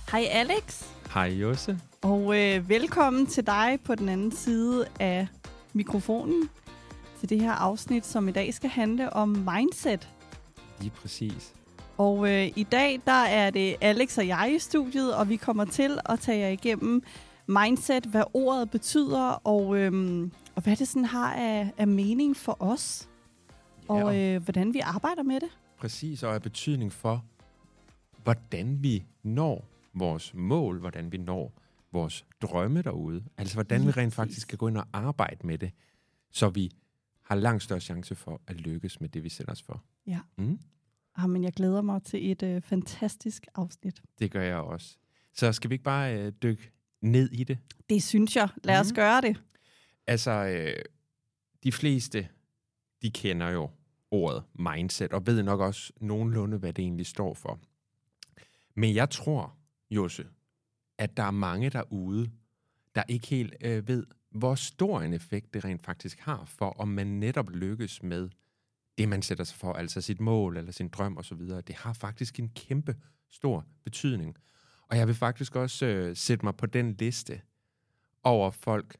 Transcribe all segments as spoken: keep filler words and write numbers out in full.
Hej Alex. Hej Josse. Og øh, velkommen til dig på den anden side af mikrofonen til det her afsnit, som i dag skal handle om mindset. Lige præcis. Og øh, i dag der er det Alex og jeg i studiet, og vi kommer til at tage jer igennem mindset, hvad ordet betyder, og, øhm, og hvad det sådan har af, af mening for os, ja, og øh, hvordan vi arbejder med det. Præcis, og af betydning for, hvordan vi når vores mål, hvordan vi når vores drømme derude. Altså, hvordan vi rent faktisk skal gå ind og arbejde med det, så vi har langt større chance for at lykkes med det, vi sætter os for. Ja. Mm? Ah, men jeg glæder mig til et øh, fantastisk afsnit. Det gør jeg også. Så skal vi ikke bare øh, dykke ned i det? Det synes jeg. Lad os mm. gøre det. Altså, øh, de fleste, de kender jo ordet mindset, og ved nok også nogenlunde, hvad det egentlig står for. Men jeg tror, Josse, at der er mange derude, der ikke helt øh, ved, hvor stor en effekt det rent faktisk har for, om man netop lykkes med det, man sætter sig for, altså sit mål eller sin drøm osv. Det har faktisk en kæmpe stor betydning. Og jeg vil faktisk også øh, sætte mig på den liste over folk,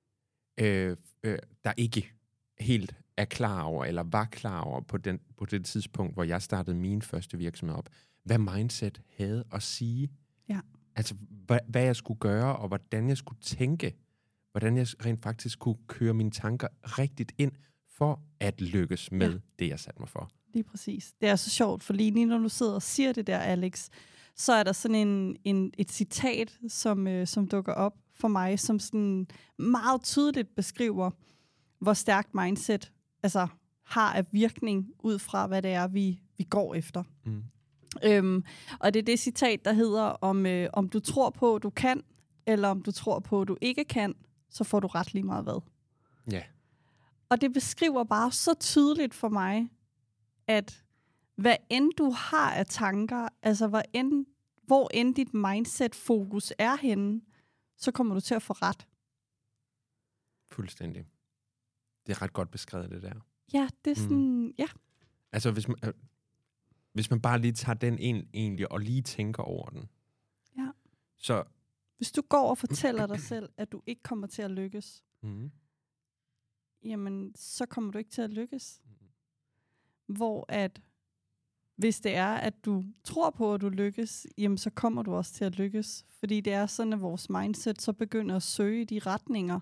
øh, øh, der ikke helt er klar over, eller var klar over på, den, på det tidspunkt, hvor jeg startede min første virksomhed op, hvad mindset havde at sige. Ja. Altså, hvad, hvad jeg skulle gøre, og hvordan jeg skulle tænke, hvordan jeg rent faktisk kunne køre mine tanker rigtigt ind, for at lykkes med ja. det, jeg satte mig for. Lige præcis. Det er så sjovt, for lige når du sidder og siger det der, Alex, så er der sådan en, en, et citat, som, øh, som dukker op for mig, som sådan meget tydeligt beskriver, hvor stærkt mindset altså, har af virkning ud fra, hvad det er, vi, vi går efter. Mm. Øhm, og det er det citat, der hedder, om, øh, om du tror på, du kan, eller om du tror på, du ikke kan, så får du ret lige meget hvad. Ja. Og det beskriver bare så tydeligt for mig, at hvad end du har af tanker, altså hvor end, hvor end dit mindset-fokus er henne, så kommer du til at få ret. Fuldstændig. Det er ret godt beskrevet, det der. Ja, det er sådan, mm. ja. Altså, hvis man, øh, hvis man bare lige tager den ind egentlig, og lige tænker over den. Ja. Så. Hvis du går og fortæller dig selv, at du ikke kommer til at lykkes, mm. jamen, så kommer du ikke til at lykkes. Mm. Hvor at, hvis det er, at du tror på, at du lykkes, jamen, så kommer du også til at lykkes. Fordi det er sådan, at vores mindset så begynder at søge de retninger,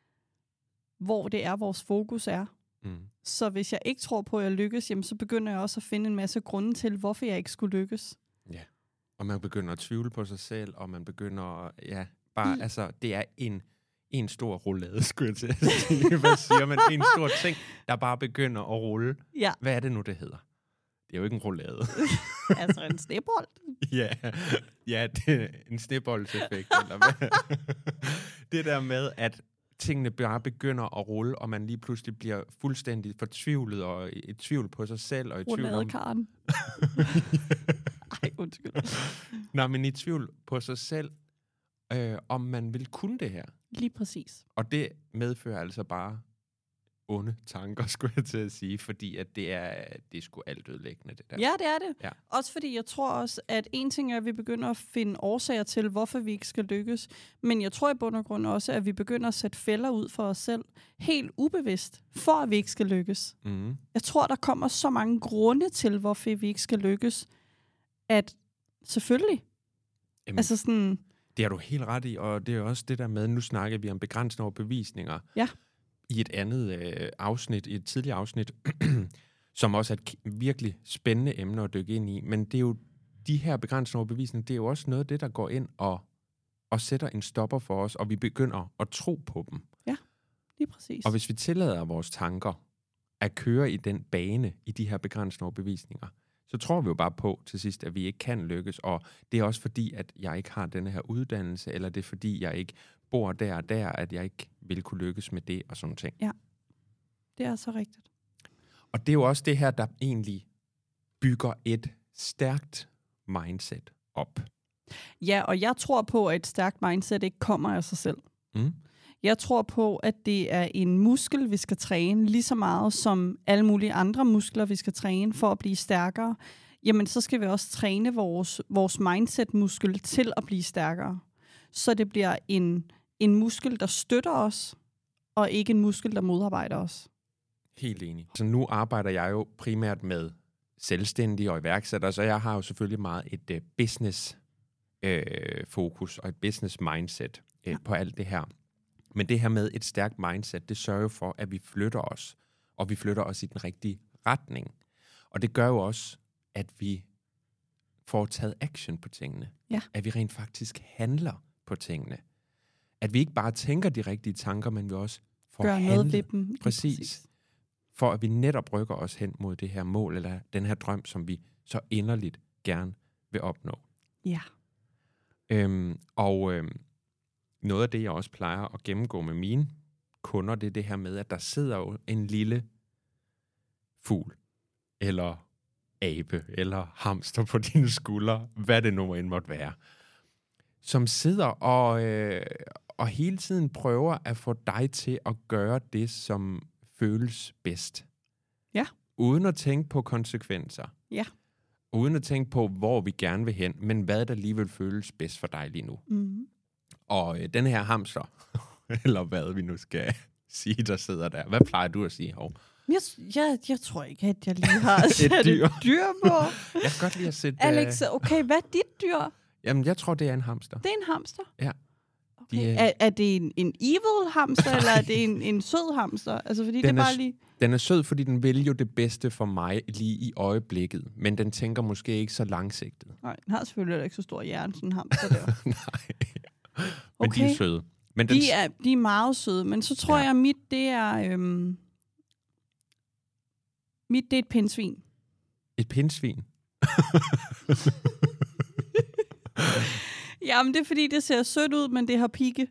hvor det er, vores fokus er. Mm. Så hvis jeg ikke tror på, at jeg lykkes, jamen, så begynder jeg også at finde en masse grunde til, hvorfor jeg ikke skulle lykkes. Ja, og man begynder at tvivle på sig selv, og man begynder at, ja, bare, mm. altså, det er en, en stor roulade, skulle jeg til at sige. Hvad siger man? En stor ting, der bare begynder at rulle. Ja. Hvad er det nu, det hedder? Det er jo ikke en roulade. Altså en snebold? ja, ja, det er en sneboldseffekt, eller hvad? Det der med, at tingene bare begynder at rulle, og man lige pludselig bliver fuldstændig fortvivlet, og i tvivl på sig selv, og i tvivl om... Karen. Ej, undskyld. Nej, men i tvivl på sig selv, øh, om man vil kunne det her. Lige præcis. Og det medfører altså bare onde tanker, skulle jeg til at sige, fordi at det er, det er sgu alt ødelæggende, det der. Ja, det er det. Ja. Også fordi jeg tror også, at en ting er, at vi begynder at finde årsager til, hvorfor vi ikke skal lykkes, men jeg tror i bund og grund også, at vi begynder at sætte fælder ud for os selv, helt ubevidst, for at vi ikke skal lykkes. Mm. Jeg tror, der kommer så mange grunde til, hvorfor vi ikke skal lykkes, at selvfølgelig, Jamen, altså sådan... Det har du helt ret i, og det er også det der med, nu snakker vi om begrænsende overbevisninger. Ja. I et andet øh, afsnit, i et tidligere afsnit, som også er et virkelig spændende emne at dykke ind i. Men det er jo de her begrænsende overbevisninger, det er jo også noget af det, der går ind og, og sætter en stopper for os, og vi begynder at tro på dem. Ja, lige præcis. Og hvis vi tillader vores tanker at køre i den bane, i de her begrænsende overbevisninger, så tror vi jo bare på til sidst, at vi ikke kan lykkes. Og det er også fordi, at jeg ikke har denne her uddannelse, eller det er fordi, jeg ikke bor der og der, at jeg ikke vil kunne lykkes med det og sådan ting. Ja, det er så rigtigt. Og det er jo også det her, der egentlig bygger et stærkt mindset op. Ja, og jeg tror på, at et stærkt mindset ikke kommer af sig selv. Mm. Jeg tror på, at det er en muskel, vi skal træne lige så meget som alle mulige andre muskler, vi skal træne for at blive stærkere. jamen så skal vi også træne vores, vores mindset-muskel til at blive stærkere. Så det bliver en, en muskel, der støtter os, og ikke en muskel, der modarbejder os. Helt enig. Så nu arbejder jeg jo primært med selvstændige og iværksættere, så jeg har jo selvfølgelig meget et uh, business øh, fokus og et business mindset øh, ja. på alt det her. Men det her med et stærkt mindset, det sørger for, at vi flytter os, og vi flytter os i den rigtige retning. Og det gør jo også, at vi får taget action på tingene. Ja. At vi rent faktisk handler på tingene. At vi ikke bare tænker de rigtige tanker, men vi også får Gør handlet. noget ved dem. Præcis. præcis. For at vi netop rykker os hen mod det her mål, eller den her drøm, som vi så inderligt gerne vil opnå. Ja. Øhm, og øhm, noget af det, jeg også plejer at gennemgå med mine kunder, det er det her med, at der sidder jo en lille fugl, eller abe, eller hamster på dine skuldre, hvad det nu end måtte være, som sidder og, øh, og hele tiden prøver at få dig til at gøre det, som føles bedst. Ja. Uden at tænke på konsekvenser. Ja. Uden at tænke på, hvor vi gerne vil hen, men hvad der alligevel føles bedst for dig lige nu. Mm. Og øh, den her hamster, eller hvad vi nu skal sige, der sidder der. Hvad plejer du at sige, Hov? Jeg, jeg, jeg tror ikke, at jeg lige har sat et dyr. et dyr på. Jeg kan godt lide at sætte... Alex, okay, hvad er dit dyr? Jamen, jeg tror, det er en hamster. Det er en hamster? Ja. Okay. De, øh... er, er det en, en evil hamster, eller er det en, en sød hamster? Altså, fordi den det er er, bare lige... Den er sød, fordi den vil jo det bedste for mig lige i øjeblikket. Men den tænker måske ikke så langsigtet. Nej, den har selvfølgelig ikke så stor hjerne, sådan en hamster der. Nej. Men okay. de er søde. Men den... de, er, de er meget søde, men så tror ja. jeg, at mit, det er... Øhm... Mit, det er et pindsvin. Et pindsvin? Jamen, det er fordi, det ser sødt ud, men det har pigge.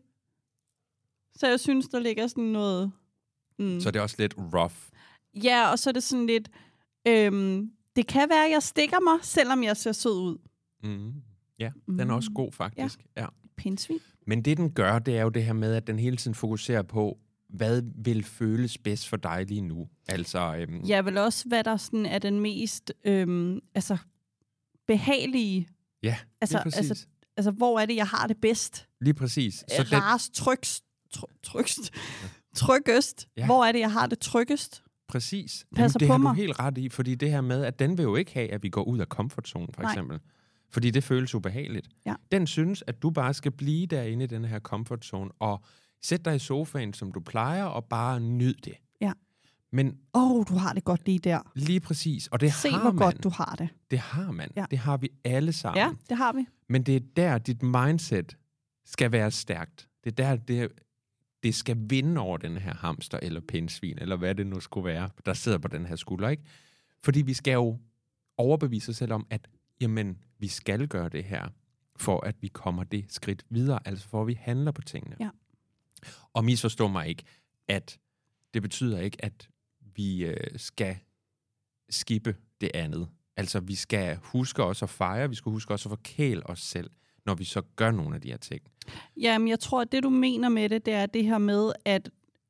Så jeg synes, der ligger sådan noget... Mm. Så det er også lidt rough. Ja, og så er det sådan lidt... Øhm, det kan være, at jeg stikker mig, selvom jeg ser sød ud. Mm. Ja, mm. den er også god faktisk. Ja. Ja. Pindsvin. Men det, den gør, det er jo det her med, at den hele tiden fokuserer på, hvad vil føles bedst for dig lige nu? Altså, øhm... ja, vel også, hvad der sådan er den mest øhm, altså, behagelige... Ja, altså, lige præcis. Altså, altså, hvor er det, jeg har det bedst? Lige præcis. Så Rars den... trygst, try, trygst, tryggest. Ja. Hvor er det, jeg har det tryggest? Præcis. Passer Jamen, det på har mig. du helt ret i, fordi det her med, at den vil jo ikke have, at vi går ud af komfortzonen, for Nej. eksempel. Fordi det føles ubehageligt. Ja. Den synes, at du bare skal blive derinde i den her komfortzone, og sætte dig i sofaen, som du plejer, og bare nyd det. Ja. Men... Åh, oh, du har det godt lige der. Lige præcis. Og det Se, har hvor man. godt du har det. Det har man. Ja. Det har vi alle sammen. Ja, det har vi. Men det er der, dit mindset skal være stærkt. Det er der, det, det skal vinde over den her hamster, eller pindsvin, eller hvad det nu skulle være, der sidder på den her skulder, ikke? Fordi vi skal jo overbevise os selv om, at jamen, vi skal gøre det her, for at vi kommer det skridt videre, altså for at vi handler på tingene. Ja. Og misforstå mig ikke, at det betyder ikke, at vi øh, skal skippe det andet. Altså, vi skal huske også at fejre, vi skal huske også at forkæle os selv, når vi så gør nogle af de her ting. Jamen, jeg tror, at det, du mener med det, det er det her med, at,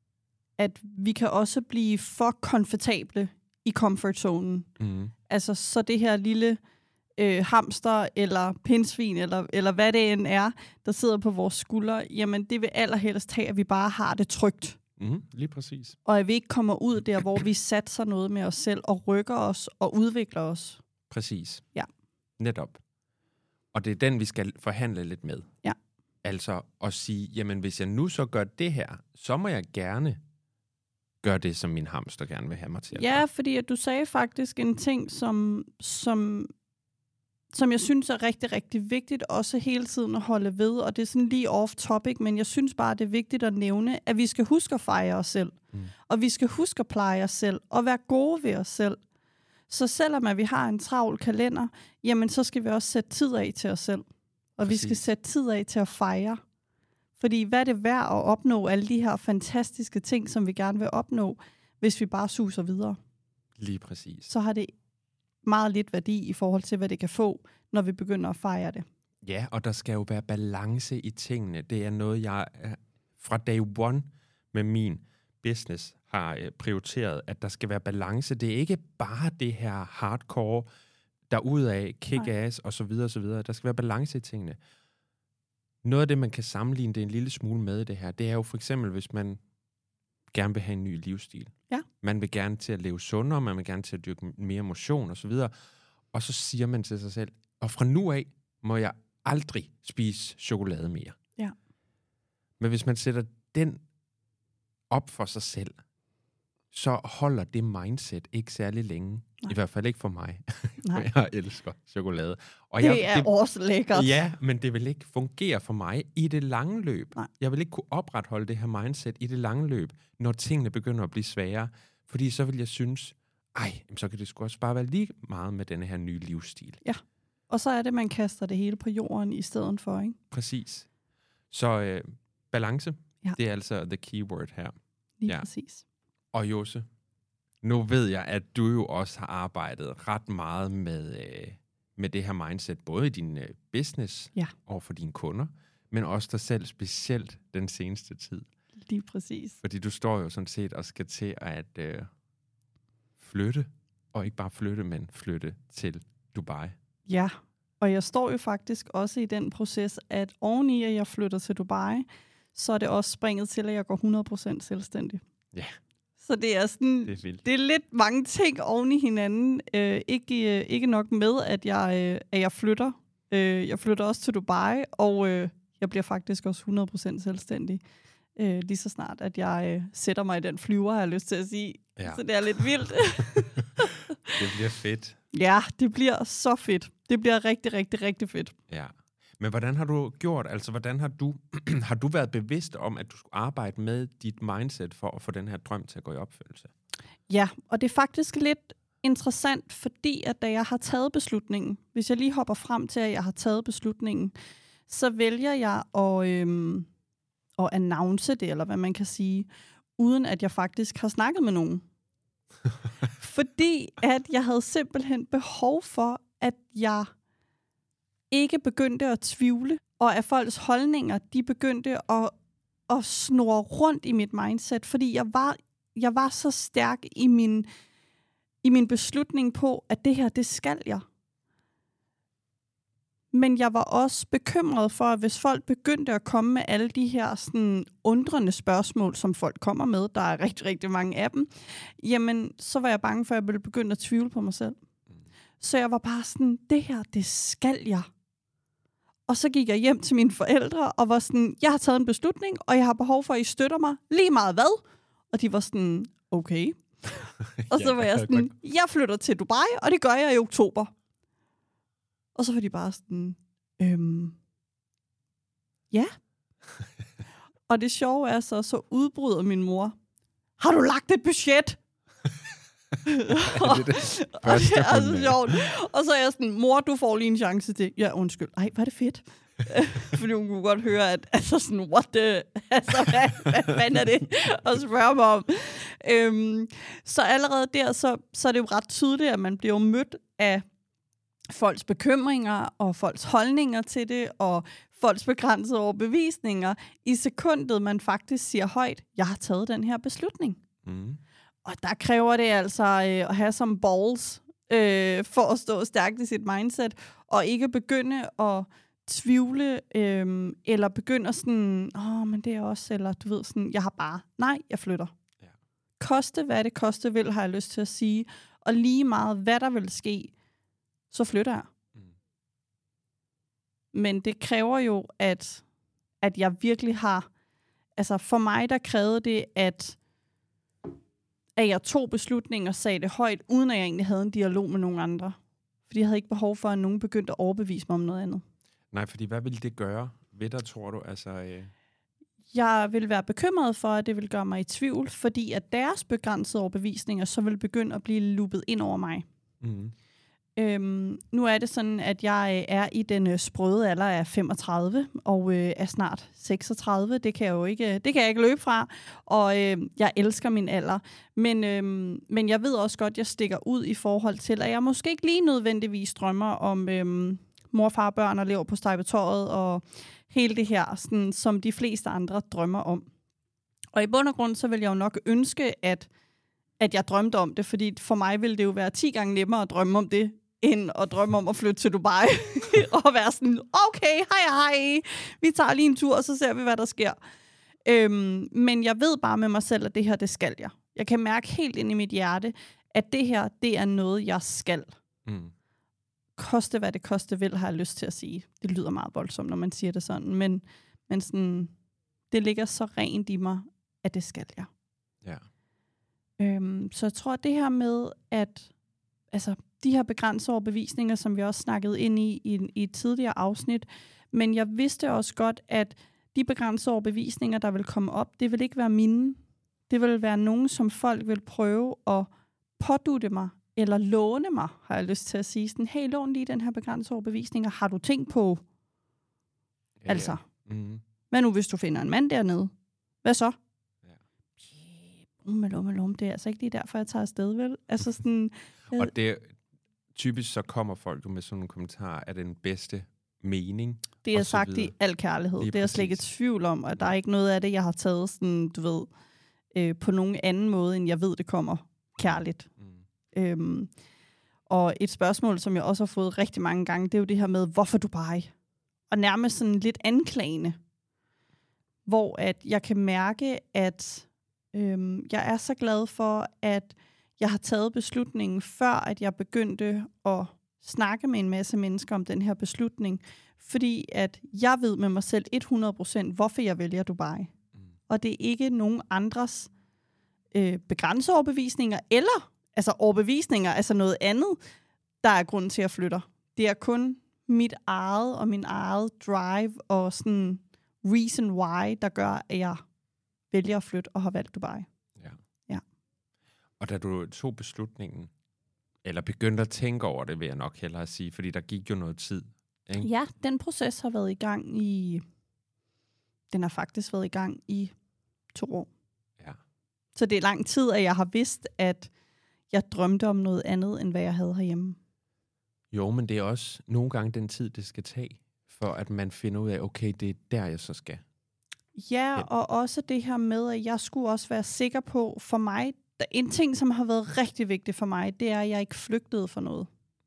at vi kan også blive for komfortable i comfortzonen. Mm. Altså, så det her lille øh, hamster, eller pindsvin, eller, eller hvad det end er, der sidder på vores skuldre, jamen, det vil allerhelst have, at vi bare har det trygt. Mm, lige præcis. Og at vi ikke kommer ud der, hvor vi satser noget med os selv, og rykker os, og udvikler os. Præcis. Ja. Netop. Og det er den, vi skal forhandle lidt med. Ja. Altså at sige, jamen hvis jeg nu så gør det her, så må jeg gerne gøre det, som min hamster gerne vil have mig til at Ja, gøre. fordi at du sagde faktisk en ting, som, som, som jeg synes er rigtig, rigtig vigtigt, også hele tiden at holde ved, og det er sådan lige off topic, men jeg synes bare, det er vigtigt at nævne, at vi skal huske at fejre os selv, mm. og vi skal huske at pleje os selv, og være gode ved os selv. Så selvom at vi har en travl kalender, jamen så skal vi også sætte tid af til os selv. Og Præcis. Vi skal sætte tid af til at fejre. Fordi hvad er det værd at opnå alle de her fantastiske ting, som vi gerne vil opnå, hvis vi bare suser videre? Lige præcis. Så har det meget lidt værdi i forhold til, hvad det kan få, når vi begynder at fejre det. Ja, og der skal jo være balance i tingene. Det er noget, jeg fra day one med min business har prioriteret, at der skal være balance. Det er ikke bare det her hardcore, derudaf, kick-ass og så videre og så videre. Der skal være balance i tingene. Noget af det, man kan sammenligne det en lille smule med i det her, det er jo for eksempel, hvis man gerne vil have en ny livsstil. Ja. Man vil gerne til at leve sundere, man vil gerne til at dyrke mere motion og så videre. Og så siger man til sig selv, og fra nu af må jeg aldrig spise chokolade mere. Ja. Men hvis man sætter den op for sig selv, så holder det mindset ikke særlig længe. Nej. I hvert fald ikke for mig. Nej. Jeg elsker chokolade. Og det jeg, er det, også lækkert. Ja, men det vil ikke fungere for mig i det lange løb. Nej. Jeg vil ikke kunne opretholde det her mindset i det lange løb, når tingene begynder at blive svære. Fordi så vil jeg synes, ej, så kan det sgu også bare være lige meget med denne her nye livsstil. Ja, og så er det, man kaster det hele på jorden i stedet for, ikke? Præcis. Så øh, balance, ja. Det er altså the keyword her. Lige ja. Præcis. Og Jose, nu ved jeg, at du jo også har arbejdet ret meget med, øh, med det her mindset, både i din øh, business ja. og for dine kunder, men også dig selv specielt den seneste tid. Lige præcis. Fordi du står jo sådan set og skal til at øh, flytte, og ikke bare flytte, men flytte til Dubai. Ja, og jeg står jo faktisk også i den proces, at oveni at jeg flytter til Dubai, så er det også springet til, at jeg går hundrede procent selvstændig. Ja. Så det er sådan, det er, det er lidt mange ting oven i hinanden. Øh, ikke, øh, ikke nok med, at jeg, øh, at jeg flytter. Øh, jeg flytter også til Dubai, og øh, jeg bliver faktisk også hundrede procent selvstændig. Øh, lige så snart, at jeg øh, sætter mig i den flyver, har jeg lyst til at sige. Ja. Så det er lidt vildt. Det bliver fedt. Ja, det bliver så fedt. Det bliver rigtig, rigtig, rigtig fedt. Ja. Men hvordan har du gjort? Altså, hvordan har du, har du været bevidst om, at du skulle arbejde med dit mindset for at få den her drøm til at gå i opfyldelse? Ja, og det er faktisk lidt interessant, fordi at da jeg har taget beslutningen, hvis jeg lige hopper frem til, at jeg har taget beslutningen, så vælger jeg at, øhm, at announce det, eller hvad man kan sige, uden at jeg faktisk har snakket med nogen. Fordi at jeg havde simpelthen behov for, at jeg ikke begyndte at tvivle, og at folks holdninger, de begyndte at, at snurre rundt i mit mindset, fordi jeg var, jeg var så stærk i min, i min beslutning på, at det her, det skal jeg. Men jeg var også bekymret for, at hvis folk begyndte at komme med alle de her sådan undrende spørgsmål, som folk kommer med, der er rigtig, rigtig mange af dem, jamen, så var jeg bange for, at jeg ville begynde at tvivle på mig selv. Så jeg var bare sådan, det her, det skal jeg. Og så gik jeg hjem til mine forældre og var sådan, jeg har taget en beslutning, og jeg har behov for, at I støtter mig lige meget hvad. Og de var sådan, okay. Og så var jeg sådan, jeg flytter til Dubai, og det gør jeg i oktober. Og så var de bare sådan, øhm, ja. Og det sjove er så, så udbryder min mor, har du lagt et budget? og, det det og det er så sjovt. Og så er jeg sådan, mor, du får lige en chance til. Ja, undskyld. Ej, var det fedt. Fordi hun kunne godt høre, at altså sådan, what the, altså, hvad, hvad fanden er det at spørge mig om? Øhm, så allerede der, så, så er det jo ret tydeligt, at man bliver mødt af folks bekymringer og folks holdninger til det, og folks begrænsede overbevisninger, i sekundet, man faktisk siger højt, jeg har taget den her beslutning. Mm. Og der kræver det altså øh, at have som balls, øh, for at stå stærkt i sit mindset, og ikke begynde at tvivle, øh, eller begynde sådan, åh, oh, men det er også, eller du ved sådan, jeg har bare, nej, jeg flytter. Ja. Koste, hvad det koste vil, har jeg lyst til at sige, og lige meget, hvad der vil ske, så flytter jeg. Mm. Men det kræver jo, at, at jeg virkelig har, altså for mig, der krævede det, at at jeg tog beslutninger og sagde det højt, uden at jeg egentlig havde en dialog med nogen andre. Fordi jeg havde ikke behov for, at nogen begyndte at overbevise mig om noget andet. Nej, fordi hvad ville det gøre ved dig, tror du? Altså, øh... Jeg ville være bekymret for, at det ville gøre mig i tvivl, fordi at deres begrænsede overbevisninger så ville begynde at blive loopet ind over mig. Mm. Øhm, nu er det sådan, at jeg er i den øh, sprøde alder af femogtredive, og øh, er snart seksogtredive. Det kan jeg jo ikke, det kan jeg ikke løbe fra, og øh, jeg elsker min alder. Men, øh, men jeg ved også godt, at jeg stikker ud i forhold til, at jeg måske ikke lige nødvendigvis drømmer om øh, mor, far, børn og lever på stejbetøjet, og hele det her, sådan, som de fleste andre drømmer om. Og i bund og grund, så vil jeg jo nok ønske, at, at jeg drømte om det, fordi for mig ville det jo være ti gange nemmere at drømme om det, end at drømme om at flytte til Dubai og være sådan, okay, hej hej, vi tager lige en tur, og så ser vi, hvad der sker. Øhm, men jeg ved bare med mig selv, at det her, det skal jeg. Jeg kan mærke helt ind i mit hjerte, at det her, det er noget, jeg skal. Mm. Koste, hvad det koste vil, har jeg lyst til at sige. Det lyder meget voldsomt, når man siger det sådan, men, men sådan, det ligger så rent i mig, at det skal jeg. Ja. Øhm, så jeg tror, at det her med, at altså, de her begrænsede overbevisninger, som vi også snakkede ind i, i i et tidligere afsnit, men jeg vidste også godt, at de begrænsede overbevisninger, der vil komme op, det vil ikke være mine. Det vil være nogen, som folk vil prøve at pådutte mig, eller låne mig, har jeg lyst til at sige. Sådan, hey, lån lige den her begrænsede overbevisninger. Har du tænkt på? Ja, altså, ja. Mm-hmm. Hvad nu, hvis du finder en mand dernede? Hvad så? Um, um, um, det er altså ikke lige derfor, jeg tager afsted, vel? Altså sådan, øh. Og det typisk så kommer folk jo med sådan nogle kommentarer af den bedste mening. Det er sagt videre. I al kærlighed. Lige det er jeg slet ikke et tvivl om, og der er ikke noget af det, jeg har taget sådan, du ved, øh, på nogen anden måde, end jeg ved, det kommer kærligt. Mm. Øhm, og et spørgsmål, som jeg også har fået rigtig mange gange, det er jo det her med, hvorfor Dubai? Og nærmest sådan lidt anklagende. Hvor at jeg kan mærke, at øhm, jeg er så glad for, at jeg har taget beslutningen, før at jeg begyndte at snakke med en masse mennesker om den her beslutning. Fordi at jeg ved med mig selv hundrede procent, hvorfor jeg vælger Dubai. Mm. Og det er ikke nogen andres øh, begrænsede overbevisninger, eller altså overbevisninger, altså noget andet, der er grunden til, at jeg flytter. Det er kun mit eget og min eget drive og sådan reason why, der gør, at jeg vælger at flytte og har valgt Dubai. Ja. Ja. Og da du tog beslutningen, eller begyndte at tænke over det, vil jeg nok hellere sige, fordi der gik jo noget tid. Ikke? Ja, den proces har været i gang i, den har faktisk været i gang i to år. Ja. Så det er lang tid, at jeg har vidst, at jeg drømte om noget andet, end hvad jeg havde herhjemme. Jo, men det er også nogle gange den tid, det skal tage, for at man finder ud af, okay, det er der, jeg så skal. Ja, og også det her med, at jeg skulle også være sikker på, for mig, en ting, som har været rigtig vigtig for mig, det er, at jeg ikke flygtede for noget.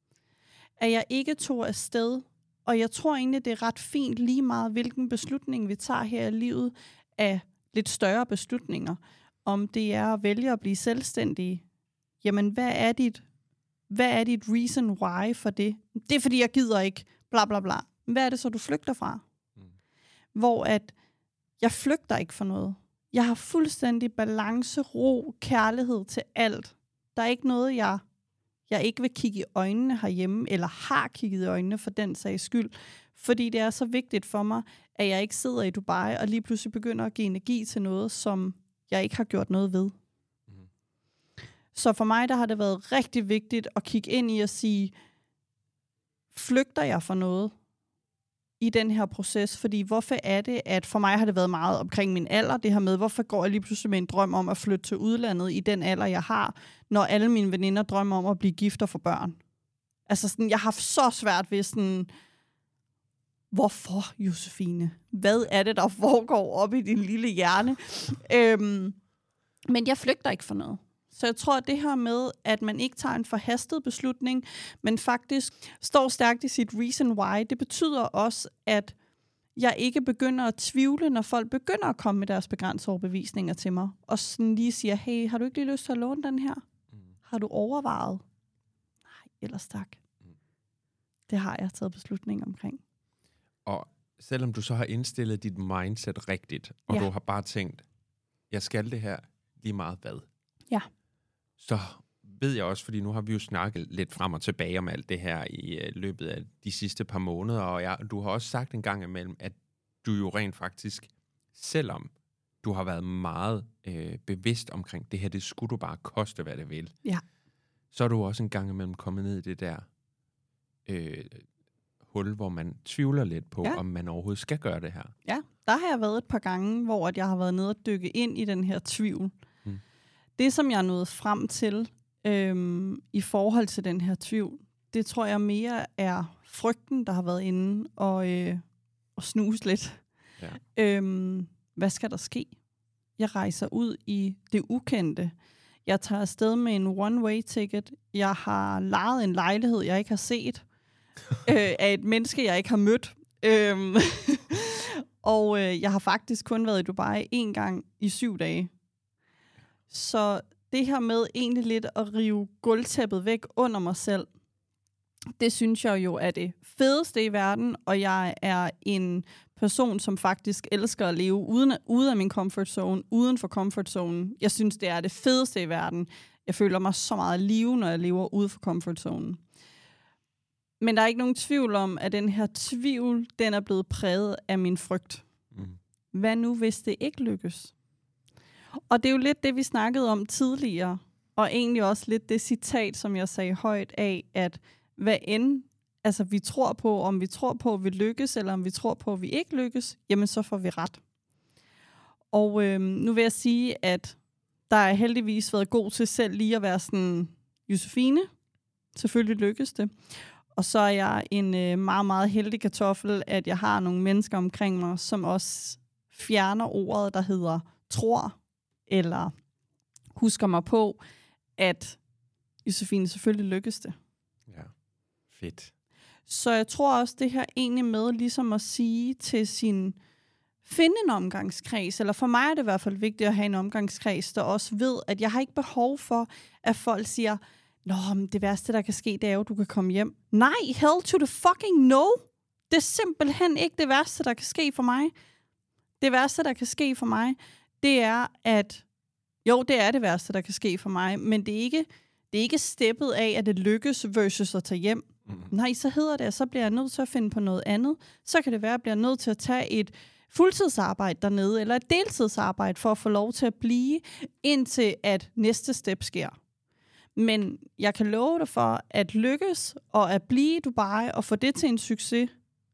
At jeg ikke tog afsted, og jeg tror egentlig, det er ret fint lige meget, hvilken beslutning vi tager her i livet, af lidt større beslutninger. Om det er at vælge at blive selvstændige, jamen, hvad er dit, hvad er dit reason why for det? Det er, fordi jeg gider ikke, bla bla bla. Hvad er det så, du flygter fra? Mm. Hvor at, jeg flygter ikke for noget. Jeg har fuldstændig balance, ro, kærlighed til alt. Der er ikke noget, jeg, jeg ikke vil kigge i øjnene herhjemme, eller har kigget i øjnene for den sags skyld. Fordi det er så vigtigt for mig, at jeg ikke sidder i Dubai, og lige pludselig begynder at give energi til noget, som jeg ikke har gjort noget ved. Så for mig, der har det været rigtig vigtigt at kigge ind i at sige, flygter jeg for noget i den her proces? Fordi hvorfor er det, at for mig har det været meget omkring min alder, det her med, hvorfor går jeg lige pludselig med en drøm om at flytte til udlandet i den alder, jeg har, når alle mine veninder drømmer om at blive gift og få børn? Altså sådan, jeg har haft så svært ved sådan, hvorfor, Josefine? Hvad er det, der foregår op i din lille hjerne? øhm, men jeg flygter ikke for noget. Så jeg tror, at det her med, at man ikke tager en forhastet beslutning, men faktisk står stærkt i sit reason why, det betyder også, at jeg ikke begynder at tvivle, når folk begynder at komme med deres begrænsede overbevisninger til mig, og sådan lige siger, hey, har du ikke lige lyst til at låne den her? Mm. Har du overvejet? Nej, ellers tak. Mm. Det har jeg taget beslutning omkring. Og selvom du så har indstillet dit mindset rigtigt, og ja. Du har bare tænkt, jeg skal det her lige meget hvad? Ja. Så ved jeg også, fordi nu har vi jo snakket lidt frem og tilbage om alt det her i uh, løbet af de sidste par måneder, og jeg, du har også sagt en gang imellem, at du jo rent faktisk, selvom du har været meget øh, bevidst omkring det her, det skulle du bare koste, hvad det vil. Ja. Så er du også en gang imellem kommet ned i det der øh, hul, hvor man tvivler lidt på, ja. Om man overhovedet skal gøre det her. Ja, der har jeg været et par gange, hvor jeg har været nede og dykke ind i den her tvivl. Hmm. Det, som jeg er nået frem til øhm, i forhold til den her tvivl, det tror jeg mere er frygten, der har været inde og, øh, og snuse lidt. Ja. Øhm, hvad skal der ske? Jeg rejser ud i det ukendte. Jeg tager afsted med en one-way ticket. Jeg har lejet en lejlighed, jeg ikke har set, øh, af et menneske, jeg ikke har mødt. Øhm, og øh, jeg har faktisk kun været i Dubai en gang i syv dage. Så det her med egentlig lidt at rive gulvtæppet væk under mig selv, det synes jeg jo er det fedeste i verden, og jeg er en person, som faktisk elsker at leve uden, ude af min comfort zone, uden for comfort zone. Jeg synes, det er det fedeste i verden. Jeg føler mig så meget liv, når jeg lever ude for comfort zone. Men der er ikke nogen tvivl om, at den her tvivl, den er blevet præget af min frygt. Mm. Hvad nu, hvis det ikke lykkes? Og det er jo lidt det, vi snakkede om tidligere, og egentlig også lidt det citat, som jeg sagde højt af, at hvad end altså, vi tror på, om vi tror på, at vi lykkes, eller om vi tror på, at vi ikke lykkes, jamen så får vi ret. Og øhm, nu vil jeg sige, at der er heldigvis været god til selv lige at være sådan, Josefine, selvfølgelig lykkes det. Og så er jeg en øh, meget, meget heldig kartoffel, at jeg har nogle mennesker omkring mig, som også fjerner ordet, der hedder tror, eller husker mig på, at Josefine, selvfølgelig lykkes det. Ja, fedt. Så jeg tror også, det her egentlig med ligesom at sige til sin, finde en omgangskreds, eller for mig er det i hvert fald vigtigt at have en omgangskreds, der også ved, at jeg har ikke behov for, at folk siger, nå, men det værste, der kan ske, det er jo, at du kan komme hjem. Nej, hell to the fucking no! Det er simpelthen ikke det værste, der kan ske for mig. Det værste, der kan ske for mig, det er, at jo, det er det værste, der kan ske for mig, men det er ikke, det er ikke steppet af, at det lykkes versus at tage hjem. Mm. Nej, så hedder det, at så bliver jeg nødt til at finde på noget andet. Så kan det være, at jeg bliver nødt til at tage et fuldtidsarbejde dernede, eller et deltidsarbejde for at få lov til at blive, indtil at næste step sker. Men jeg kan love dig for, at lykkes og at blive i Dubai og få det til en succes,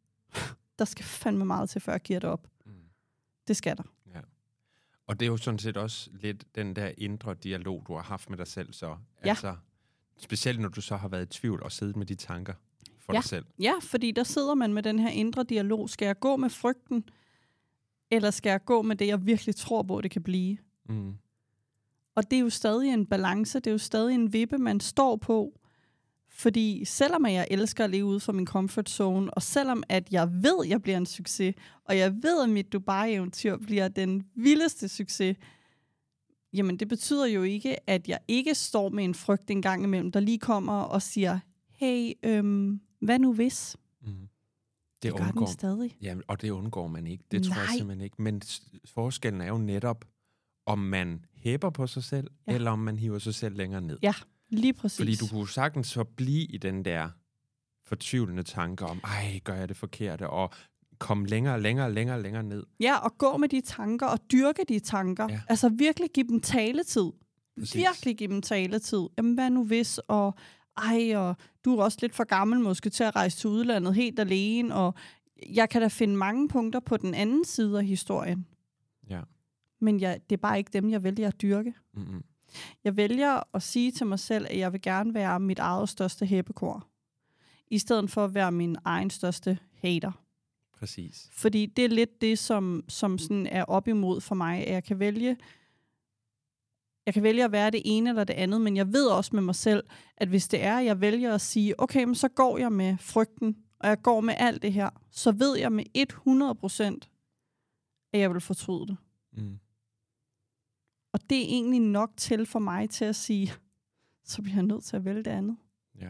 der skal fandme meget til, før jeg giver det op. Mm. Det skal der. Ja. Og det er jo sådan set også lidt den der indre dialog, du har haft med dig selv så. Ja. Altså, specielt når du så har været i tvivl og siddet med de tanker for ja. dig selv. Ja, fordi der sidder man med den her indre dialog. Skal jeg gå med frygten, eller skal jeg gå med det, jeg virkelig tror på, det kan blive? Mm. Og det er jo stadig en balance, det er jo stadig en vippe, man står på. Fordi selvom jeg elsker at leve ude for min comfort zone, og selvom at jeg ved, at jeg bliver en succes, og jeg ved, at mit Dubai-eventyr bliver den vildeste succes, jamen det betyder jo ikke, at jeg ikke står med en frygt en gang imellem, der lige kommer og siger, hey, øhm, hvad nu hvis? Mm. Det, det gør undgår, den stadig. Ja, og det undgår man ikke. Det Nej. tror jeg simpelthen ikke. Men forskellen er jo netop, om man hæpper på sig selv, ja. eller om man hiver sig selv længere ned. Ja, lige præcis. Fordi du kunne sagtens så blive i den der fortvivlende tanke om, ej, gør jeg det forkerte, og komme længere, længere, længere, længere ned. Ja, og gå med de tanker, og dyrke de tanker. Ja. Altså virkelig give dem taletid. Præcis. Virkelig give dem taletid. Jamen, hvad nu hvis, og ej, og du er også lidt for gammel måske til at rejse til udlandet helt alene, og jeg kan da finde mange punkter på den anden side af historien. Ja. Men jeg, det er bare ikke dem, jeg vælger at dyrke. Mm-hmm. Jeg vælger at sige til mig selv, at jeg vil gerne være mit eget største hæppekor, i stedet for at være min egen største hater. Præcis. Fordi det er lidt det, som, som sådan er op imod for mig, at jeg kan vælge, jeg kan vælge at være det ene eller det andet, men jeg ved også med mig selv, at hvis det er, jeg vælger at sige, okay, men så går jeg med frygten, og jeg går med alt det her, så ved jeg med hundrede procent, at jeg vil fortryde det. Mm. Og det er egentlig nok til for mig til at sige, så bliver jeg nødt til at vælge det andet. Ja,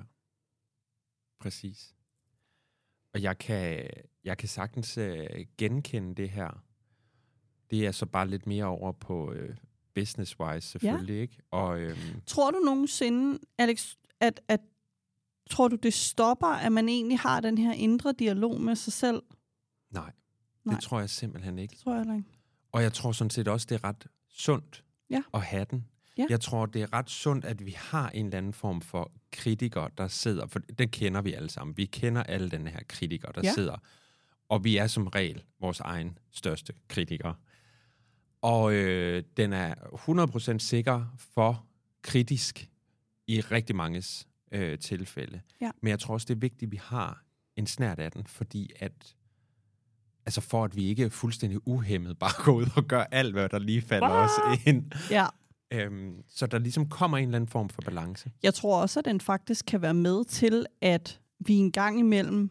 præcis. Og jeg kan, jeg kan sagtens uh, genkende det her. Det er så bare lidt mere over på uh, business-wise selvfølgelig, ja. Ikke? Og, øhm, tror du nogensinde, Alex, at, at tror du det stopper, at man egentlig har den her indre dialog med sig selv? Nej, Nej. det tror jeg simpelthen ikke. Det tror jeg heller ikke. Og jeg tror sådan set også, det er ret sundt ja. at have den. Ja. Jeg tror, det er ret sundt, at vi har en eller anden form for kritikere, der sidder, for det kender vi alle sammen. Vi kender alle den her kritikere, der ja. sidder, og vi er som regel vores egen største kritikere. Og øh, den er hundrede procent sikker for kritisk i rigtig manges øh, tilfælde. Ja. Men jeg tror også, det er vigtigt, at vi har en snert af den, fordi at altså for at vi ikke fuldstændig uhæmmet bare går ud og gør alt, hvad der lige falder ah! os ind. Ja. Øhm, så der ligesom kommer en eller anden form for balance. Jeg tror også, at den faktisk kan være med til, at vi en gang imellem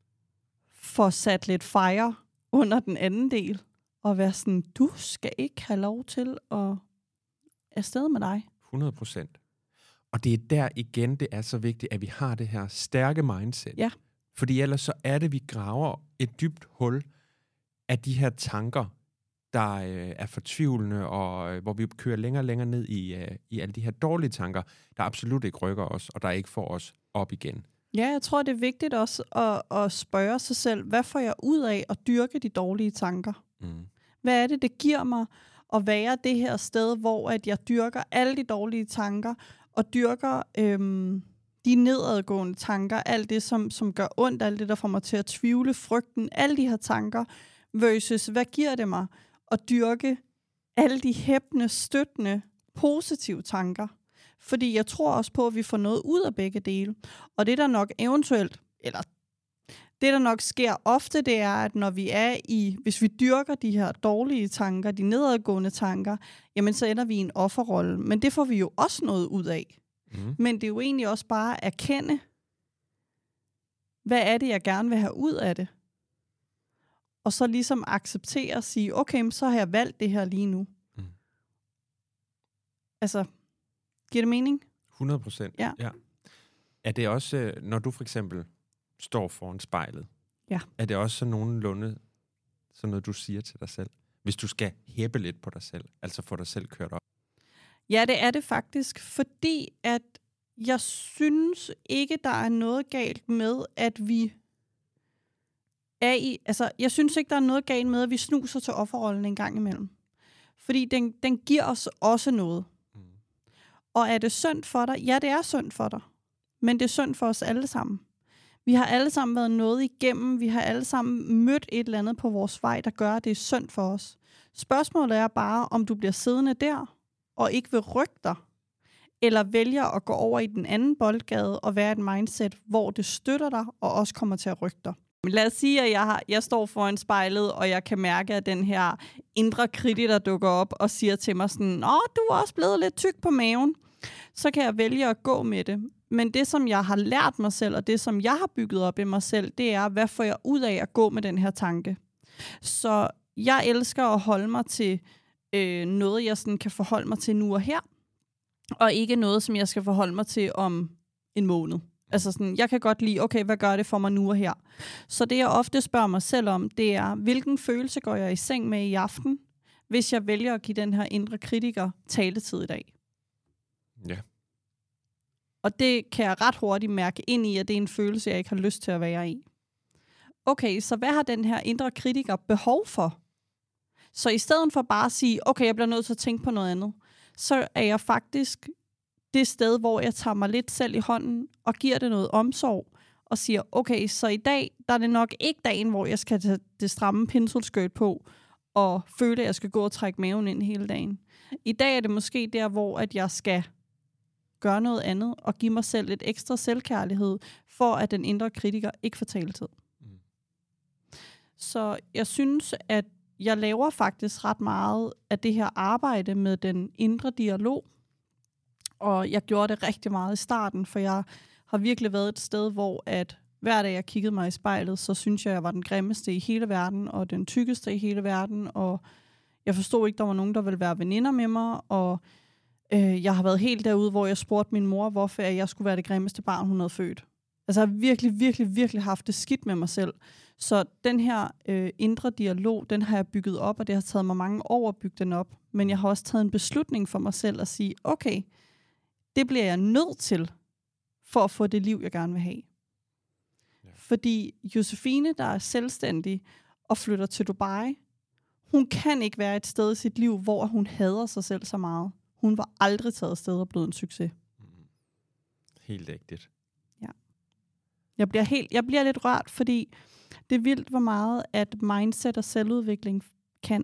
får sat lidt fire under den anden del, og være sådan, du skal ikke have lov til at afsted med dig. hundrede procent. Og det er der igen, det er så vigtigt, at vi har det her stærke mindset. Ja. Fordi ellers så er det, vi graver et dybt hul af de her tanker, der øh, er fortvivlende, og øh, hvor vi kører længere og længere ned i, øh, i alle de her dårlige tanker, der absolut ikke rykker os, og der ikke får os op igen. Ja, jeg tror, det er vigtigt også at, at spørge sig selv, hvad får jeg ud af at dyrke de dårlige tanker? Mm. Hvad er det, det giver mig at være det her sted, hvor at jeg dyrker alle de dårlige tanker, og dyrker øhm, de nedadgående tanker, alt det, som, som gør ondt, alt det, der får mig til at tvivle, frygten, alle de her tanker, versus hvad giver det mig at dyrke alle de hæppende, støttende, positive tanker. Fordi jeg tror også på, at vi får noget ud af begge dele. Og det der nok eventuelt, eller det der nok sker ofte, det er, at når vi er i, hvis vi dyrker de her dårlige tanker, de nedadgående tanker, jamen så ender vi i en offerrolle. Men det får vi jo også noget ud af. Mm. Men det er jo egentlig også bare at erkende, hvad er det, jeg gerne vil have ud af det? Og så ligesom acceptere og sige, okay, så har jeg valgt det her lige nu. Mm. Altså, giver det mening? hundrede procent. Ja. Ja. Er det også, når du for eksempel står foran spejlet, ja. Er det også sådan nogenlunde sådan noget, du siger til dig selv? Hvis du skal hæppe lidt på dig selv, altså få dig selv kørt op. Ja, det er det faktisk, fordi at jeg synes ikke, der er noget galt med, at vi er i, altså jeg synes ikke, der er noget galt med, at vi snuser til offerrollen en gang imellem. Fordi den, den giver os også noget. Mm. Og er det synd for dig? Ja, det er synd for dig. Men det er synd for os alle sammen. Vi har alle sammen været noget igennem. Vi har alle sammen mødt et eller andet på vores vej, der gør, at det er synd for os. Spørgsmålet er bare, om du bliver siddende der, og ikke vil rykke dig, eller vælger at gå over i den anden boldgade og være et mindset, hvor det støtter dig, og også kommer til at rykke dig. Lad os sige, at jeg, har, jeg står foran spejlet, og jeg kan mærke, at den her indre kritiker, der dukker op og siger til mig sådan, åh, du er også blevet lidt tyk på maven. Så kan jeg vælge at gå med det. Men det, som jeg har lært mig selv, og det, som jeg har bygget op i mig selv, det er, hvad får jeg ud af at gå med den her tanke? Så jeg elsker at holde mig til øh, noget, jeg sådan kan forholde mig til nu og her, og ikke noget, som jeg skal forholde mig til om en måned. Altså sådan, jeg kan godt lide, okay, hvad gør det for mig nu og her? Så det, jeg ofte spørger mig selv om, det er, hvilken følelse går jeg i seng med i aften, hvis jeg vælger at give den her indre kritiker taletid i dag? Ja. Og det kan jeg ret hurtigt mærke ind i, at det er en følelse, jeg ikke har lyst til at være i. Okay, så hvad har den her indre kritiker behov for? Så i stedet for bare at sige, okay, jeg bliver nødt til at tænke på noget andet, så er jeg faktisk det sted, hvor jeg tager mig lidt selv i hånden og giver det noget omsorg og siger, okay, så i dag, der er det nok ikke dagen, hvor jeg skal tage det stramme pinselskørt på og føle, at jeg skal gå og trække maven ind hele dagen. I dag er det måske der, hvor at jeg skal gøre noget andet og give mig selv lidt ekstra selvkærlighed, for at den indre kritiker ikke får taletid. Mm. Så jeg synes, at jeg laver faktisk ret meget af det her arbejde med den indre dialog, og jeg gjorde det rigtig meget i starten, for jeg har virkelig været et sted, hvor at hver dag jeg kiggede mig i spejlet, så synes jeg, jeg var den grimmeste i hele verden, og den tykkeste i hele verden, og jeg forstod ikke, der var nogen, der ville være veninder med mig, og øh, jeg har været helt derude, hvor jeg spurgte min mor, hvorfor jeg skulle være det grimmeste barn, hun havde født. Altså jeg har virkelig, virkelig, virkelig haft det skidt med mig selv. Så den her øh, indre dialog, den har jeg bygget op, og det har taget mig mange år at bygge den op. Men jeg har også taget en beslutning for mig selv at sige, okay, det bliver jeg nødt til, for at få det liv, jeg gerne vil have. Ja. Fordi Josefine, der er selvstændig og flytter til Dubai, hun kan ikke være et sted i sit liv, hvor hun hader sig selv så meget. Hun var aldrig taget afsted og blevet en succes. Mm. Helt ægtigt. Ja. Jeg bliver, helt, jeg bliver lidt rørt, fordi det er vildt, hvor meget at mindset og selvudvikling kan.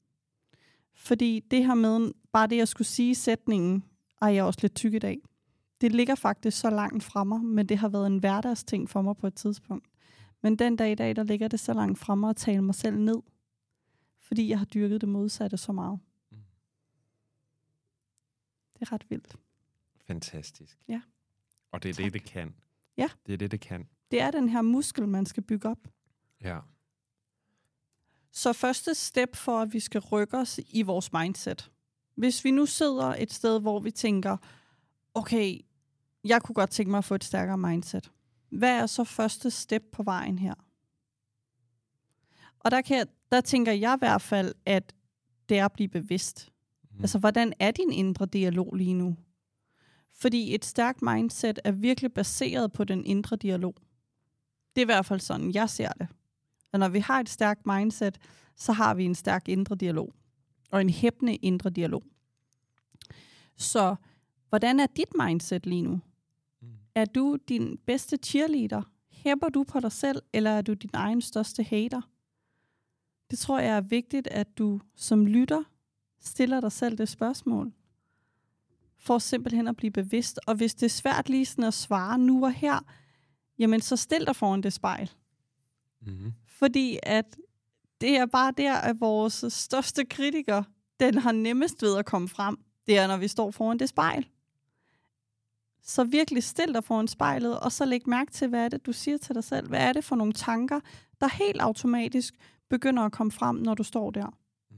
Fordi det her med, bare det, jeg skulle sige i sætningen, ej, jeg er også lidt tyk i dag. Det ligger faktisk så langt fra mig, men det har været en hverdagsting for mig på et tidspunkt. Men den dag i dag, der ligger det så langt fra mig at tale mig selv ned. Fordi jeg har dyrket det modsatte så meget. er ret vildt. Fantastisk. Ja. Og det er Tak. det, det kan. Ja. Det er det, det kan. Det er den her muskel, man skal bygge op. Ja. Så første step for, at vi skal rykke os i vores mindset. Hvis vi nu sidder et sted, hvor vi tænker, okay, jeg kunne godt tænke mig at få et stærkere mindset. Hvad er så første step på vejen her? Og der, kan jeg, der tænker jeg i hvert fald, at det er at blive bevidst. Mm. Altså, hvordan er din indre dialog lige nu? Fordi et stærkt mindset er virkelig baseret på den indre dialog. Det er i hvert fald sådan, jeg ser det. Og når vi har et stærkt mindset, så har vi en stærk indre dialog. Og en hæppende indre dialog. Så hvordan er dit mindset lige nu? Mm. Er du din bedste cheerleader? Hæpper du på dig selv, eller er du din egen største hater? Det tror jeg er vigtigt, at du som lytter stiller dig selv det spørgsmål. For simpelthen at blive bevidst. Og hvis det er svært lige sådan at svare nu og her, jamen så stil dig foran det spejl. Mm-hmm. Fordi at det er bare der, at vores største kritiker, den har nemmest ved at komme frem. Det er, når vi står foran det spejl. Så virkelig stil dig foran spejlet, og så læg mærke til, hvad er det, du siger til dig selv. Hvad er det for nogle tanker, der helt automatisk begynder at komme frem, når du står der. Mm.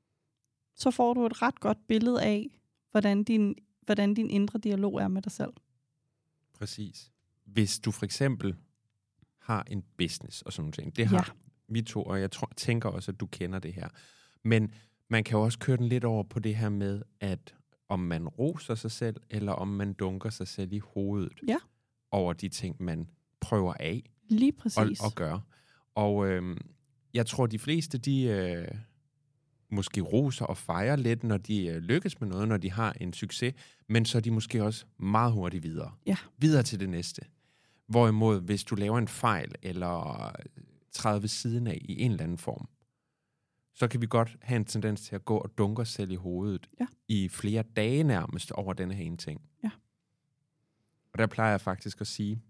Så får du et ret godt billede af, hvordan din, hvordan din indre dialog er med dig selv. Præcis. Hvis du for eksempel har en business og sådan nogle ting, det har ja. vi to, og jeg tror, tænker også, at du kender det her. Men man kan jo også køre den lidt over på det her med, at om man roser sig selv, eller om man dunker sig selv i hovedet ja. over de ting, man prøver af. Lige præcis. Og, og gør. Og øhm, jeg tror, de fleste, de øh, måske roser og fejrer lidt, når de øh, lykkes med noget, når de har en succes, men så er de måske også meget hurtigt videre. Ja. Videre til det næste. Hvorimod, hvis du laver en fejl, eller træder ved siden af i en eller anden form, så kan vi godt have en tendens til at gå og dunke os selv i hovedet ja. i flere dage nærmest over denne her ene ting. Ja. Og der plejer jeg faktisk at sige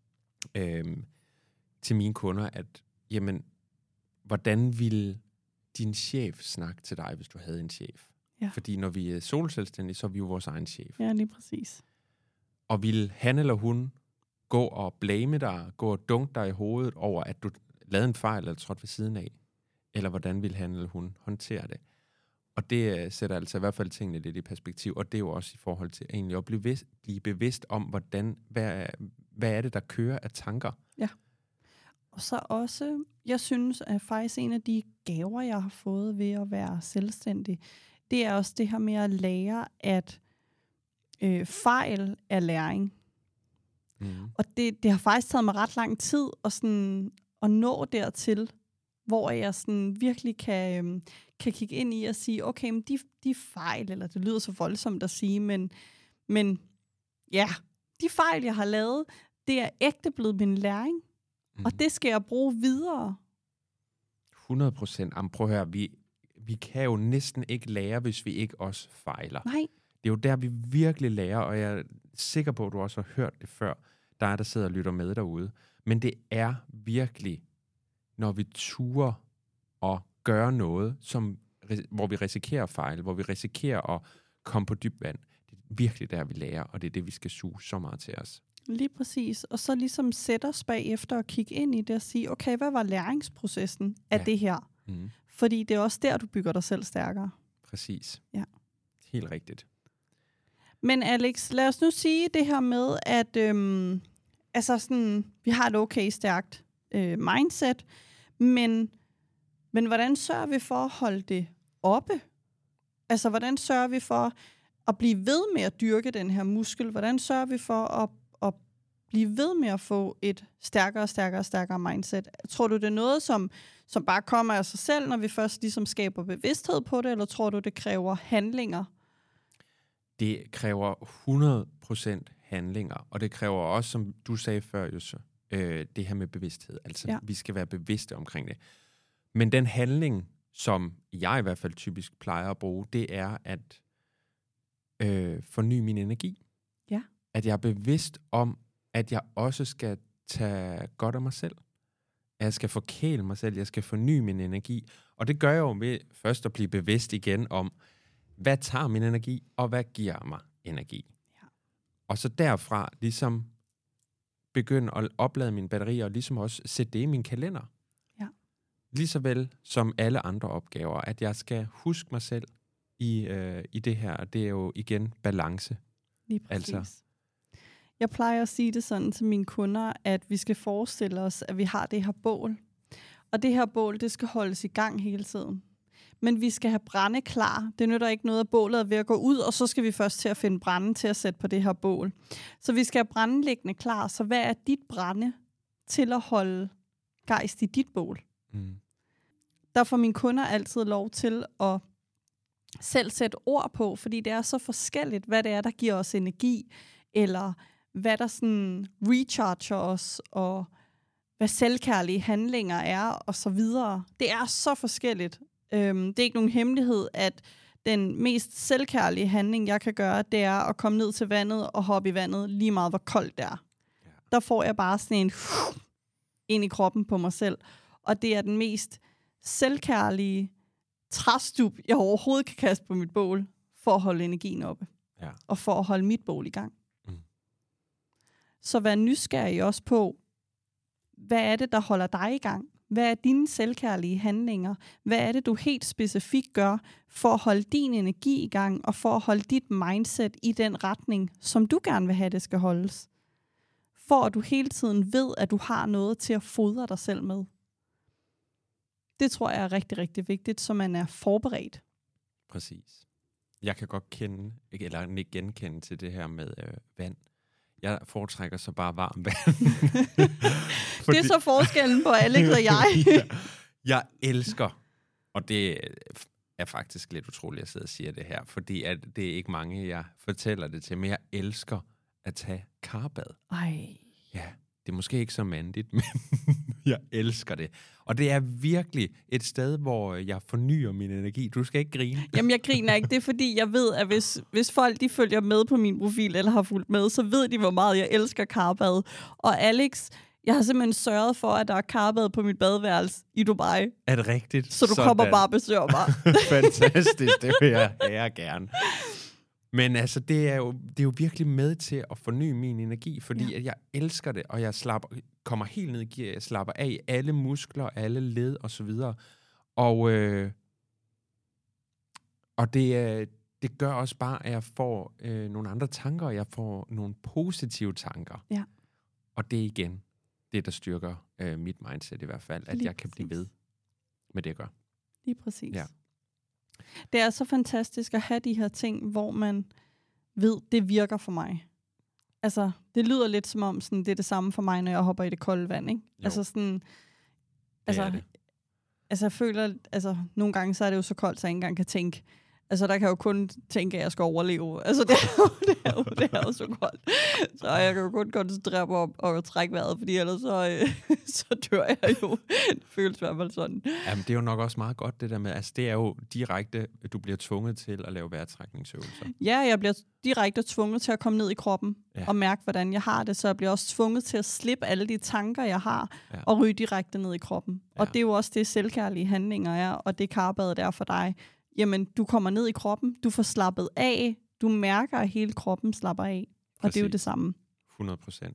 øh, til mine kunder, at jamen, hvordan ville din chef snakke til dig, hvis du havde en chef? Ja. Fordi når vi er solselvstændige, så er vi jo vores egen chef. Ja, lige præcis. Og vil han eller hun gå og blame dig, gå og dunke dig i hovedet over, at du lavede en fejl eller trådte ved siden af? Eller hvordan vil han eller hun håndtere det? Og det uh, sætter altså i hvert fald tingene lidt i perspektiv, og det er jo også i forhold til egentlig at blive, vis- blive bevidst om, hvordan, hvad, hvad er det, der kører af tanker? Ja. Og så også, jeg synes, at faktisk en af de gaver, jeg har fået ved at være selvstændig, det er også det her med at lære, at øh, fejl er læring. Mm. Og det, det har faktisk taget mig ret lang tid at, sådan, at nå dertil, hvor jeg sådan virkelig kan, øhm, kan kigge ind i og sige, okay, men de, de fejl, eller det lyder så voldsomt at sige, men, men ja, de fejl, jeg har lavet, det er ægte blevet min læring, mm. og det skal jeg bruge videre. hundrede procent. Jamen, prøv at høre, vi, vi kan jo næsten ikke lære, hvis vi ikke også fejler. Nej. Det er jo der, vi virkelig lærer, og jeg er sikker på, at du også har hørt det før, der er, der sidder og lytter med derude. Men det er virkelig, når vi turer og gør noget, som, hvor vi risikerer fejl, hvor vi risikerer at komme på dyb vand. Det er virkelig der, vi lærer, og det er det, vi skal suge så meget til os. Lige præcis. Og så ligesom sætte os bagefter og kigge ind i det og sige, okay, hvad var læringsprocessen af ja. det her? Mm. Fordi det er også der, du bygger dig selv stærkere. Præcis. Ja. Helt rigtigt. Men Alex, lad os nu sige det her med, at øhm, altså sådan, vi har et okay stærkt øh, mindset, men, men hvordan sørger vi for at holde det oppe? Altså, hvordan sørger vi for at blive ved med at dyrke den her muskel? Hvordan sørger vi for at, at blive ved med at få et stærkere, stærkere, stærkere mindset? Tror du, det er noget, som, som bare kommer af sig selv, når vi først ligesom skaber bevidsthed på det, eller tror du, det kræver handlinger? Det kræver hundrede procent handlinger, og det kræver også, som du sagde før, Jose, øh, det her med bevidsthed. Altså, ja. vi skal være bevidste omkring det. Men den handling, som jeg i hvert fald typisk plejer at bruge, det er at øh, forny min energi. Ja. At jeg er bevidst om, at jeg også skal tage godt af mig selv. At jeg skal forkæle mig selv, jeg skal forny min energi. Og det gør jeg jo ved først at blive bevidst igen om, hvad tager min energi, og hvad giver mig energi. Ja. Og så derfra ligesom begynde at oplade mine batterier, og ligesom også sætte det i min kalender. Ja. Lige så vel som alle andre opgaver, at jeg skal huske mig selv i, øh, i det her, og det er jo igen balance. Lige præcis. Altså. Jeg plejer at sige det sådan til mine kunder, at vi skal forestille os, at vi har det her bål. Og det her bål, det skal holdes i gang hele tiden. Men vi skal have brænde klar. Det nytter ikke noget, at bålet er ved at gå ud, og så skal vi først til at finde brænde til at sætte på det her bål. Så vi skal have brænde liggende klar. Så hvad er dit brænde til at holde gejst i dit bål? Mm. Der får mine kunder altid lov til at selv sætte ord på, fordi det er så forskelligt, hvad det er, der giver os energi, eller hvad der sådan recharger os, og hvad selvkærlige handlinger er, og så videre. Det er så forskelligt. Øhm, det er ikke nogen hemmelighed, at den mest selvkærlige handling, jeg kan gøre, det er at komme ned til vandet og hoppe i vandet, lige meget hvor koldt det er. Ja. Der får jeg bare sådan en uh, ind i kroppen på mig selv. Og det er den mest selvkærlige træstup, jeg overhovedet kan kaste på mit bål, for at holde energien oppe. Ja. Og for at holde mit bål i gang. Mm. Så vær nysgerrig også på, hvad er det, der holder dig i gang? Hvad er dine selvkærlige handlinger? Hvad er det, du helt specifikt gør for at holde din energi i gang, og for at holde dit mindset i den retning, som du gerne vil have, det skal holdes? For at du hele tiden ved, at du har noget til at fodre dig selv med. Det tror jeg er rigtig, rigtig vigtigt, så man er forberedt. Præcis. Jeg kan godt kende, eller ikke genkende til det her med øh, vand. Jeg foretrækker så bare varmt vand. Fordi... Det er så forskellen på Alex og jeg. ja. Jeg elsker, og det er faktisk lidt utroligt, at jeg sidder og siger det her, fordi at det er ikke mange, jeg fortæller det til, men jeg elsker at tage karbad. Ej. Ja, det er måske ikke så mandigt, men jeg elsker det. Og det er virkelig et sted, hvor jeg fornyer min energi. Du skal ikke grine. Jamen, jeg griner ikke. Det er fordi, jeg ved, at hvis, hvis folk de følger med på min profil, eller har fulgt med, så ved de, hvor meget jeg elsker karbad. Og Alex, jeg har simpelthen sørget for, at der er karbad på mit badeværelse i Dubai. Er det rigtigt? Så du Sådan. kommer bare og besøger mig. Fantastisk, det vil jeg ære gerne. Men altså, det er, jo, det er jo virkelig med til at forny min energi, fordi ja. at jeg elsker det, og jeg slapper, kommer helt ned i gear, jeg slapper af i alle muskler, alle led og så videre. Og, øh, og det, øh, det gør også bare, at jeg får øh, nogle andre tanker, og jeg får nogle positive tanker. Ja. Og det er igen det, der styrker øh, mit mindset i hvert fald, at Lige jeg kan præcis. blive ved med det, jeg gør. Lige præcis. Ja. Det er så fantastisk at have de her ting, hvor man ved, det virker for mig. Altså, det lyder lidt som om, sådan, det er det samme for mig, når jeg hopper i det kolde vand, ikke? Jo. Altså sådan, det altså, er det. altså jeg føler, altså nogle gange, så er det jo så koldt, så jeg ikke engang kan tænke. Altså, der kan jeg jo kun tænke, at jeg skal overleve. Altså, det er jo, det er jo, det er jo så koldt. Så jeg kan jo kun koncentrere mig om at trække vejret, fordi ellers så, øh, så dør jeg jo. Det føles i hvert fald sådan. Jamen, det er jo nok også meget godt, det der med, altså, det er jo direkte, du bliver tvunget til at lave vejrtrækningsøvelser. Ja, jeg bliver direkte tvunget til at komme ned i kroppen ja. og mærke, hvordan jeg har det. Så jeg bliver også tvunget til at slippe alle de tanker, jeg har, ja. og ryge direkte ned i kroppen. Ja. Og det er jo også det, selvkærlige handlinger er, og det karbadet er for dig. Jamen, du kommer ned i kroppen, du får slappet af, du mærker, at hele kroppen slapper af. Og Præcis. Det er jo det samme. hundrede procent.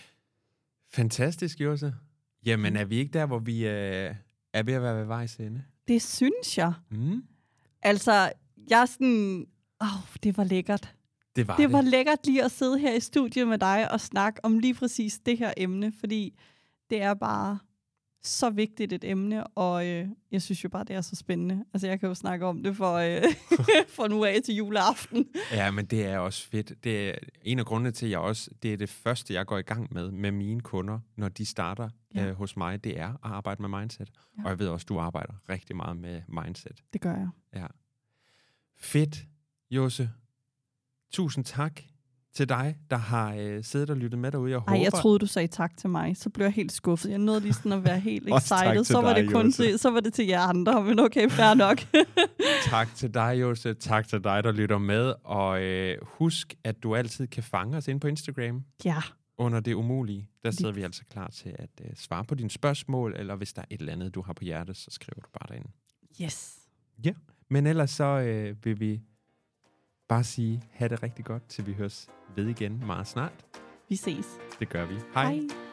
Fantastisk, Jose. Jamen, er vi ikke der, hvor vi øh, er ved at være ved vejs ende? Det synes jeg. Mm. Altså, jeg er sådan... Åh, oh, det var lækkert. Det var det. Det var lækkert lige at sidde her i studiet med dig og snakke om lige præcis det her emne, fordi det er bare... så vigtigt et emne, og øh, jeg synes jo bare, det er så spændende. Altså, jeg kan jo snakke om det for, øh, for nu af til juleaften. Ja, men det er også fedt. Det er en af grundene til, at jeg også, det er det første, jeg går i gang med, med mine kunder, når de starter ja. øh, hos mig, det er at arbejde med mindset. Ja. Og jeg ved også, du arbejder rigtig meget med mindset. Det gør jeg. Ja. Fedt, Jose. Tusind tak til dig, der har øh, siddet og lyttet med derude. Jeg Ej, håber... jeg troede, du sagde tak til mig. Så blev jeg helt skuffet. Jeg nåede lige sådan at være helt excited. Så var dig, det kun Jose. til, så var det til jer andre, men okay, fair nok. Tak til dig, Jose. Tak til dig, der lytter med. Og øh, husk, at du altid kan fange os ind på Instagram. Ja. Under det umulige. Der sidder vi altså klar til at øh, svare på dine spørgsmål, eller hvis der er et eller andet, du har på hjertet, så skriver du bare derinde. Yes. Ja, men ellers så øh, vil vi bare sige, have det rigtig godt, til vi høres ved igen meget snart. Vi ses. Det gør vi. Hej. Hej.